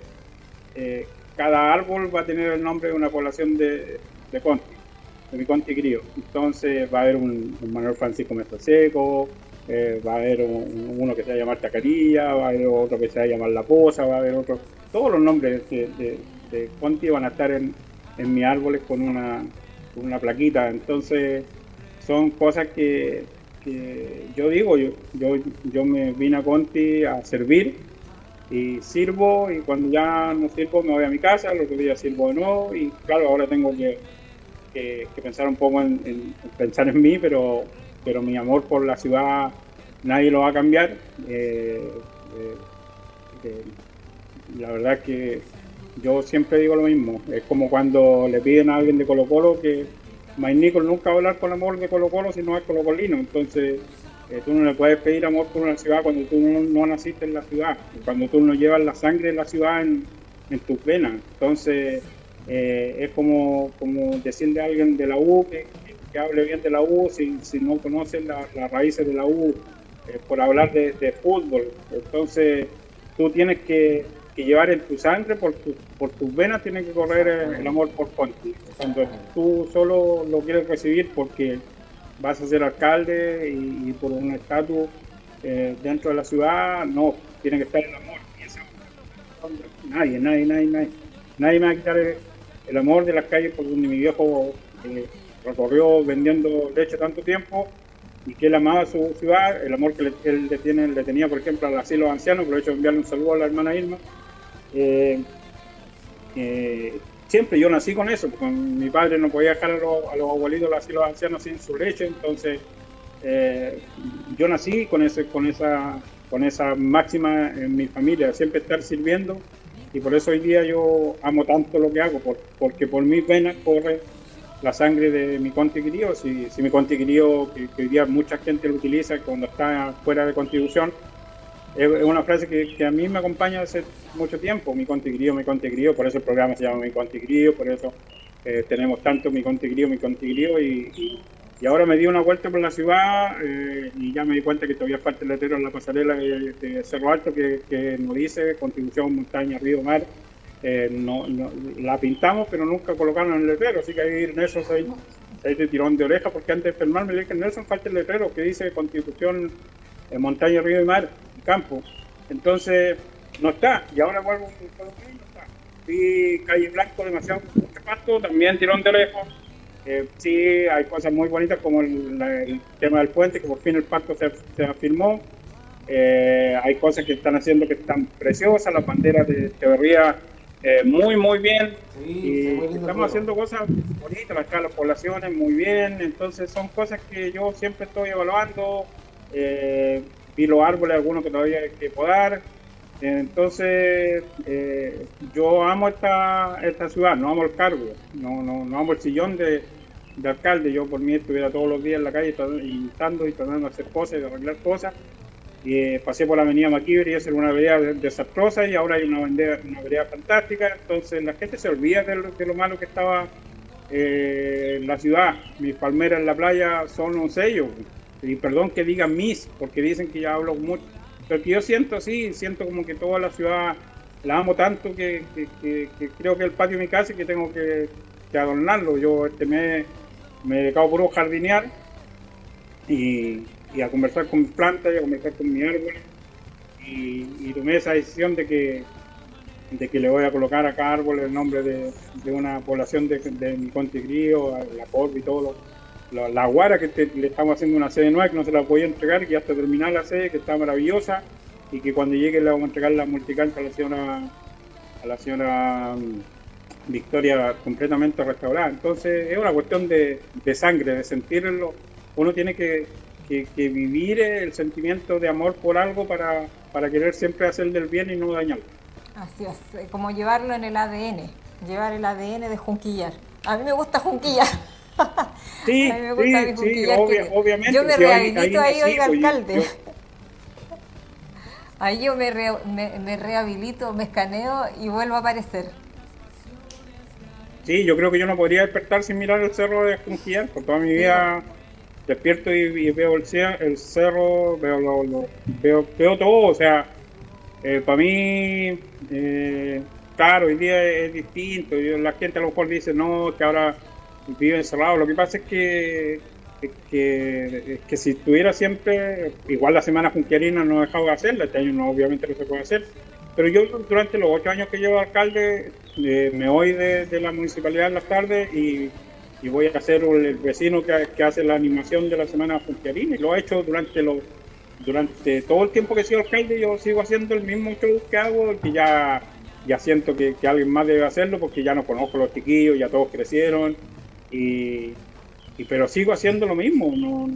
[SPEAKER 3] cada árbol va a tener el nombre de una población de Conti, de mi Conti crío. Entonces va a haber un Manuel Francisco Mestoseco, va a haber uno que se va a llamar Tacarilla, va a haber otro que se va a llamar La Poza, va a haber otro. Todos los nombres de Conti van a estar en mis árboles con una plaquita. Entonces son cosas que yo digo, yo me vine a Conti a servir, y sirvo, y cuando ya no sirvo me voy a mi casa, el otro día sirvo de nuevo, y claro, ahora tengo que pensar un poco en pensar en mí, pero mi amor por la ciudad nadie lo va a cambiar. La verdad que yo siempre digo lo mismo, es como cuando le piden a alguien de Colo Colo que Mike Nichols nunca va a hablar con amor de Colo Colo si no es colocolino. Entonces tú no le puedes pedir amor por una ciudad cuando tú no naciste en la ciudad, cuando tú no llevas la sangre de la ciudad en tus venas. Entonces es como decirle a alguien de la U que hable bien de la U si no conoce las raíces de la U, por hablar de fútbol. Entonces tú tienes que llevar en tu sangre, por tus venas tiene que correr el amor por Conti. Cuando tú solo lo quieres recibir porque vas a ser alcalde y por un estatus dentro de la ciudad, no, tiene que estar el amor. Y nadie me va a quitar el amor de las calles, porque mi viejo recorrió vendiendo leche tanto tiempo, y que él amaba su ciudad, el amor que él le tenía, por ejemplo, al asilo de ancianos. Aprovecho de enviarle un saludo a la hermana Irma. Siempre yo nací con eso, porque mi padre no podía dejar a los abuelitos al asilo de ancianos sin su leche. Entonces yo nací con esa máxima en mi familia, siempre estar sirviendo, y por eso hoy día yo amo tanto lo que hago, porque por mis venas corre la sangre de mi Conti querido. Si mi Conti querido, que hoy día mucha gente lo utiliza cuando está fuera de Constitución, es una frase que a mí me acompaña hace mucho tiempo, mi Conti querido, por eso el programa se llama Mi Conti querido, por eso tenemos tanto mi Conti querido, y ahora me di una vuelta por la ciudad y ya me di cuenta que todavía falta el letrero en la pasarela de Cerro Alto que nos dice Constitución, montaña, río, mar. No, la pintamos, pero nunca colocaron el letrero, así que ahí Nelson se de tirón de oreja, porque antes de enfermarme le dije, Nelson, falta el letrero que dice Constitución, montaña, río y mar, campo. Entonces no está, y ahora vuelvo no está. Y Calle Blanco, demasiado mucho pasto, también tirón de oreja. Sí, hay cosas muy bonitas como el tema del puente, que por fin el pacto se afirmó. Hay cosas que están haciendo que están preciosas, las banderas de Echeverría muy bien.
[SPEAKER 1] Sí,
[SPEAKER 3] Y estamos haciendo cosas bonitas, las poblaciones muy bien. Entonces son cosas que yo siempre estoy evaluando. Vi los árboles, algunos que todavía hay que podar. Entonces yo amo esta ciudad, no amo el cargo, no amo el sillón de alcalde. Yo por mí estuviera todos los días en la calle tratando de hacer cosas y de arreglar cosas. Pasé por la avenida Maquibri, esa era una vereda desastrosa y ahora hay una vereda fantástica. Entonces la gente se olvida de lo malo que estaba en la ciudad. Mis palmeras en la playa son un sello, y perdón que digan mis, porque dicen que ya hablo mucho, pero que yo siento así, siento como que toda la ciudad la amo tanto que creo que el patio de mi casa, que tengo que adornarlo. Yo me he dedicado puro a jardinear y a conversar con mis plantas y a conversar con mis árboles, y tomé esa decisión de que le voy a colocar a cada árbol el nombre de una población de mi contigrío, la Corva y todo la Guara, que le estamos haciendo una sede nueva que no se la voy a entregar, que ya está terminada la sede, que está maravillosa, y que cuando llegue le vamos a entregar la multicancha a la señora Victoria completamente restaurada. Entonces es una cuestión de sangre, de sentirlo. Uno tiene que vivir el sentimiento de amor por algo para querer siempre hacer del bien y no dañarlo.
[SPEAKER 2] Así es, como llevarlo en el ADN, llevar el ADN de Junquillar. A mí me gusta Junquillar.
[SPEAKER 3] Sí,
[SPEAKER 2] a mí me gusta Junquillar,
[SPEAKER 3] obviamente.
[SPEAKER 2] Yo me rehabilito ahí, oiga,
[SPEAKER 3] pues,
[SPEAKER 2] alcalde. Ahí yo me rehabilito, me escaneo y vuelvo a aparecer.
[SPEAKER 3] Sí, yo creo que yo no podría despertar sin mirar el cerro de Junquillar. Por toda mi vida despierto y veo el cerro, veo todo. O sea, para mí, claro, hoy día es distinto. La gente a lo mejor dice, no, que ahora vive encerrado. Lo que pasa es que si estuviera siempre, igual la semana junquiarina no he dejado de hacerla. Este año obviamente no se puede hacer. Pero yo durante los 8 años que llevo alcalde, me voy de la municipalidad en las tardes y voy a ser el vecino que hace la animación de la semana junquiarina, y lo he hecho durante todo el tiempo que he sido alcalde. Yo sigo haciendo el mismo show que hago, que ya siento que alguien más debe hacerlo, porque ya no conozco a los chiquillos, ya todos crecieron, pero sigo haciendo lo mismo.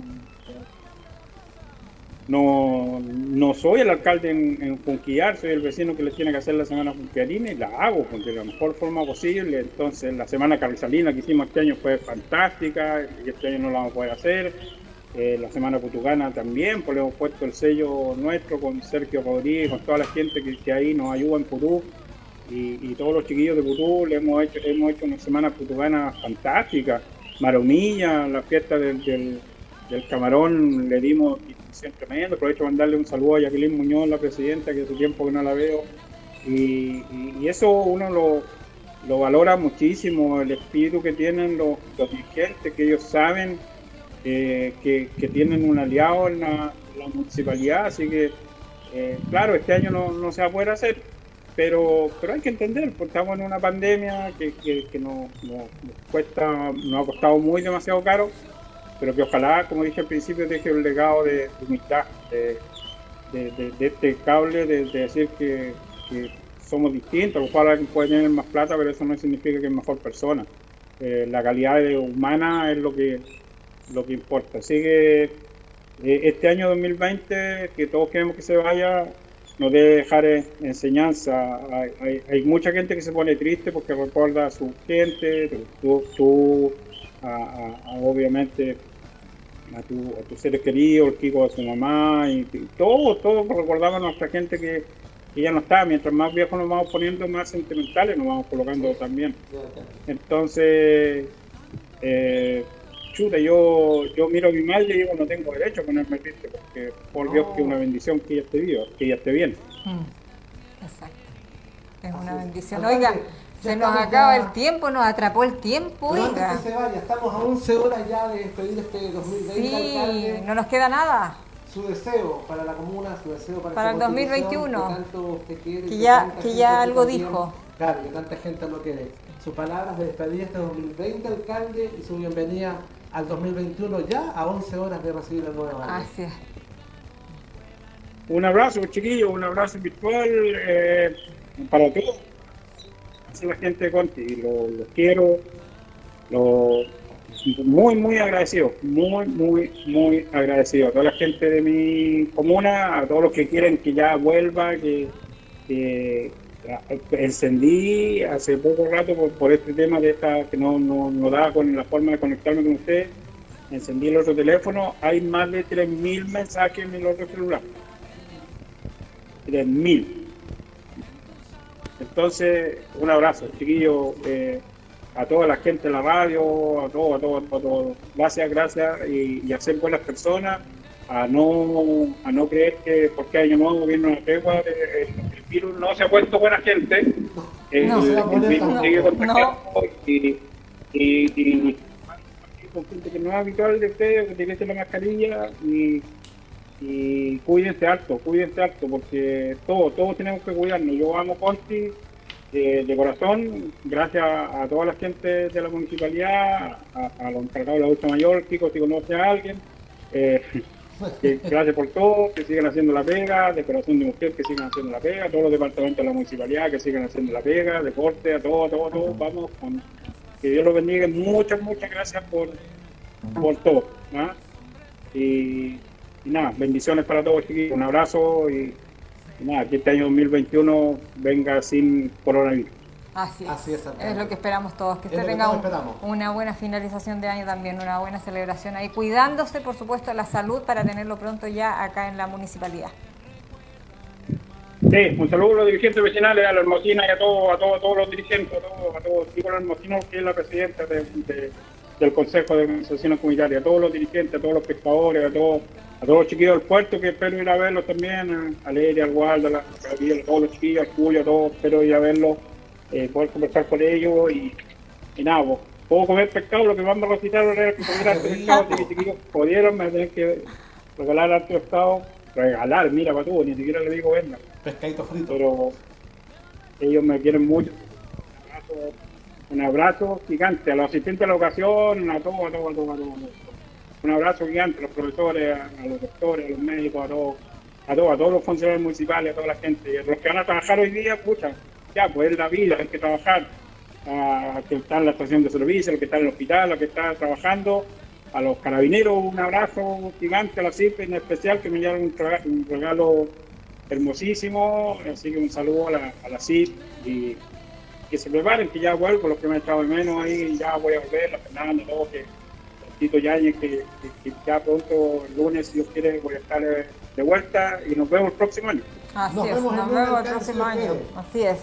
[SPEAKER 3] No soy el alcalde en Junquillar, soy el vecino que les tiene que hacer la semana junquiarina, y la hago porque de la mejor forma posible. Entonces la semana carrizalina que hicimos este año fue fantástica, y este año no la vamos a poder hacer. La semana putugana también, pues le hemos puesto el sello nuestro con Sergio Rodríguez, con toda la gente que ahí nos ayuda en Putú, y todos los chiquillos de Putú le hemos hecho una semana putugana fantástica. Maromilla, la fiesta del camarón, le dimos tremendo. Aprovecho de mandarle un saludo a Jacqueline Muñoz, la presidenta, que hace tiempo que no la veo, y eso uno lo valora muchísimo, el espíritu que tienen los dirigentes, que ellos saben que tienen un aliado en la municipalidad. Así que claro, este año no se va a poder hacer, pero hay que entender, porque estamos en una pandemia que nos ha costado demasiado caro, pero que ojalá, como dije al principio, deje un legado de humildad, de este cable, de decir que somos distintos. A lo mejor alguien puede tener más plata, pero eso no significa que es mejor persona. La calidad humana es lo que importa. Así que este año 2020, que todos queremos que se vaya, nos debe dejar enseñanza. Hay mucha gente que se pone triste porque recuerda a su gente, obviamente a tus seres queridos, el Kiko a su mamá, y todos recordamos a nuestra gente que ya no está. Mientras más viejos nos vamos poniendo, más sentimentales nos vamos colocando también. Entonces, chuta, yo miro a mi madre y digo, no tengo derecho a ponerme triste, porque por Dios que es una bendición que ella esté viva, que ella esté bien.
[SPEAKER 2] Exacto, es una bendición. Oiga, se nos acaba el tiempo, nos atrapó el tiempo.
[SPEAKER 1] Pero antes que se vaya, estamos a 11 horas ya de despedir este 2020.
[SPEAKER 2] Sí,
[SPEAKER 1] alcalde.
[SPEAKER 2] No nos queda nada.
[SPEAKER 1] Su deseo para la comuna, su deseo
[SPEAKER 2] para el 2021,
[SPEAKER 1] que
[SPEAKER 2] ya algo dijo.
[SPEAKER 1] Claro, que tanta gente lo quiere. Sus palabras de despedida este 2020, alcalde, y su bienvenida al 2021, ya a 11 horas de recibir el nuevo año.
[SPEAKER 2] Así es.
[SPEAKER 3] Un abrazo, chiquillos, un abrazo virtual para todos. a la gente de Conti, y los quiero, muy agradecido, muy agradecido a toda la gente de mi comuna, a todos los que quieren que ya vuelva, que encendí hace poco rato por este tema de que no daba con la forma de conectarme con ustedes. Encendí el otro teléfono, hay más de 3.000 mensajes en el otro celular. 3.000. Entonces, un abrazo, chiquillos, a toda la gente de la radio, a todos. Gracias, y a ser buenas personas, a no creer que porque Año Nuevo viene una tregua, el virus no se ha puesto buena gente, el virus sigue contagiando y con gente que no es habitual de ustedes, que utilicen la mascarilla y cuídense harto, porque todos tenemos que cuidarnos. Yo amo Conti de corazón, gracias a toda la gente de la municipalidad, a los encargados de la adulta mayor, Kiko, si conoce a alguien, gracias por todo, que sigan haciendo la pega, de corazón de mujer, que sigan haciendo la pega, todos los departamentos de la municipalidad que sigan haciendo la pega, deporte, a todos, vamos con... Que Dios los bendiga, muchas gracias por todo, ¿no? Y nada, bendiciones para todos, chiquillos, un abrazo y nada, que este año 2021 venga sin coronavirus.
[SPEAKER 2] Así es lo que esperamos todos, que usted tenga una buena finalización de año también, una buena celebración ahí, cuidándose por supuesto de la salud para tenerlo pronto ya acá en la municipalidad.
[SPEAKER 3] Sí, un saludo a los dirigentes vecinales, a la Hermosina y a todos los dirigentes, a todos, y con la Hermosina, que es la presidenta del Consejo de Organizaciones Comunitarias, a todos los dirigentes, a todos los pescadores, a todos los chiquillos del puerto, que espero ir a verlos también, a Leria, al Waldo, a todos los chiquillos, al Julio, a todos, espero ir a verlos, poder conversar con ellos y nada, pues, puedo comer pescado, lo que vamos a recitar ahora es que comer harto pescado, si mis chiquillos pudieron, me tienen que regalar harto pescado. Regalar, mira, para tú, ni siquiera le digo venda.
[SPEAKER 1] Pescadito frito.
[SPEAKER 3] Pero ellos me quieren mucho. Un abrazo gigante a los asistentes de la ocasión, a todos. Un abrazo gigante a los profesores, a los doctores, a los médicos, a todos los funcionarios municipales, a toda la gente. Y a los que van a trabajar hoy día, pucha, ya, pues es la vida, hay que trabajar. A que están en la estación de servicio, a los que están en el hospital, a los que están trabajando. A los carabineros, un abrazo gigante, a la CIP en especial, que me dieron un regalo hermosísimo. Así que un saludo a la CIP y que se preparen, que ya vuelvo, los que me han echado de menos ahí, ya voy a volver, la Fernanda, todo, que Tito Yáñez, que ya pronto, el lunes, si Dios quiere, voy a estar de vuelta y nos vemos el próximo año.
[SPEAKER 2] Así es, nos vemos el próximo año, así es.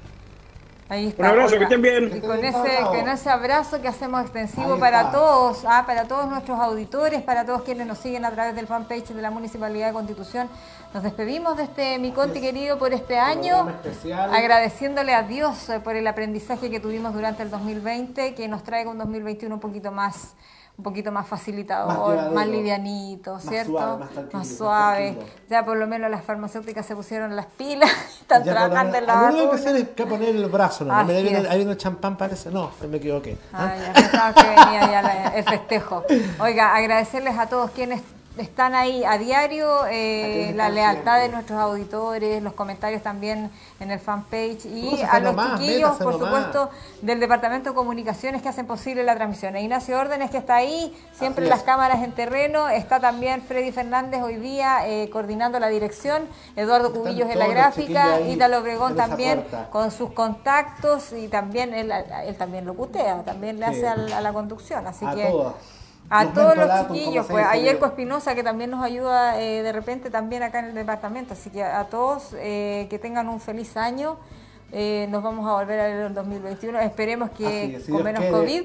[SPEAKER 2] Ahí está.
[SPEAKER 3] Un abrazo, que estén bien.
[SPEAKER 2] Y con ese abrazo que hacemos extensivo para todos, para todos nuestros auditores, para todos quienes nos siguen a través del fanpage de la Municipalidad de Constitución, nos despedimos de este Mi Conti querido por este año, agradeciéndole a Dios por el aprendizaje que tuvimos durante el 2020, que nos traiga un 2021 un poquito más facilitador, más livianito, ¿cierto? Más suave. Ya por lo menos las farmacéuticas se pusieron las pilas, están trabajando en la vacuna.
[SPEAKER 1] Lo único que hacer es poner el brazo, ¿no? Ahí viene el champán, parece. No, me equivoqué.
[SPEAKER 2] Ya pensaba que venía ya el festejo. Oiga, agradecerles a todos quienes están ahí a diario, la lealtad de nuestros auditores, los comentarios también en el fanpage y a los chiquillos, por supuesto, del Departamento de Comunicaciones que hacen posible la transmisión. Ignacio Órdenes, que está ahí, siempre las cámaras en terreno, está también Freddy Fernández hoy día coordinando la dirección, Eduardo Cubillos en la gráfica, Ítalo Obregón también con sus contactos y también él también locutea, también le hace a la conducción, así que... A todos los chiquillos, pues a Yerko Espinosa, que también nos ayuda de repente también acá en el departamento, así que a todos que tengan un feliz año, nos vamos a volver a ver en el 2021, esperemos que con menos COVID,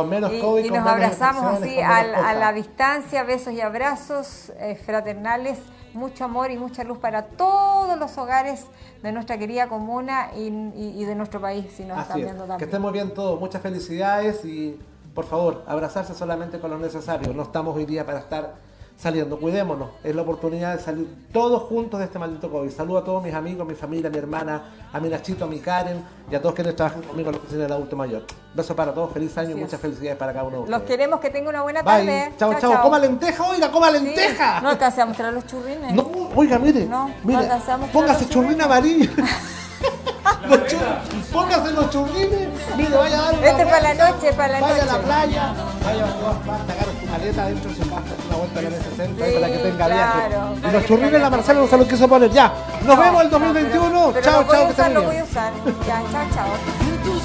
[SPEAKER 2] y nos abrazamos así a la distancia, besos y abrazos fraternales, mucho amor y mucha luz para todos los hogares de nuestra querida comuna y de nuestro país, si nos están viendo también.
[SPEAKER 1] Que estemos bien todos, muchas felicidades y... Por favor, abrazarse solamente con lo necesario. No estamos hoy día para estar saliendo. Cuidémonos. Es la oportunidad de salir todos juntos de este maldito COVID. Saludo a todos mis amigos, mi familia, mi hermana, a mi Nachito, a mi Karen y a todos quienes trabajan conmigo en la oficina del adulto mayor. Besos para todos. Feliz año y muchas felicidades para cada uno de ustedes.
[SPEAKER 2] Los queremos, que tengan una buena tarde.
[SPEAKER 1] Chao. Coma lenteja, oiga, coma lenteja.
[SPEAKER 2] No alcancé a mostrar los churrines.
[SPEAKER 1] No, oiga, mire.
[SPEAKER 2] No
[SPEAKER 1] alcancé a mostrar. Póngase churrina amarilla. Póngase los churrines, mire, vaya a dar
[SPEAKER 2] Este es para la noche, para la noche.
[SPEAKER 1] Vaya a la playa, vaya a sacar su maleta adentro, se pasa una vuelta a la M60 para que tenga viaje. Y los churrines la Marcela no se los quiso poner. Ya, nos vemos el 2021.
[SPEAKER 2] Pero
[SPEAKER 1] chao,
[SPEAKER 2] lo voy
[SPEAKER 1] chao,
[SPEAKER 2] a
[SPEAKER 1] que
[SPEAKER 2] usar,
[SPEAKER 1] estén
[SPEAKER 2] lo
[SPEAKER 1] bien.
[SPEAKER 2] voy a usar. Ya, chao, chao.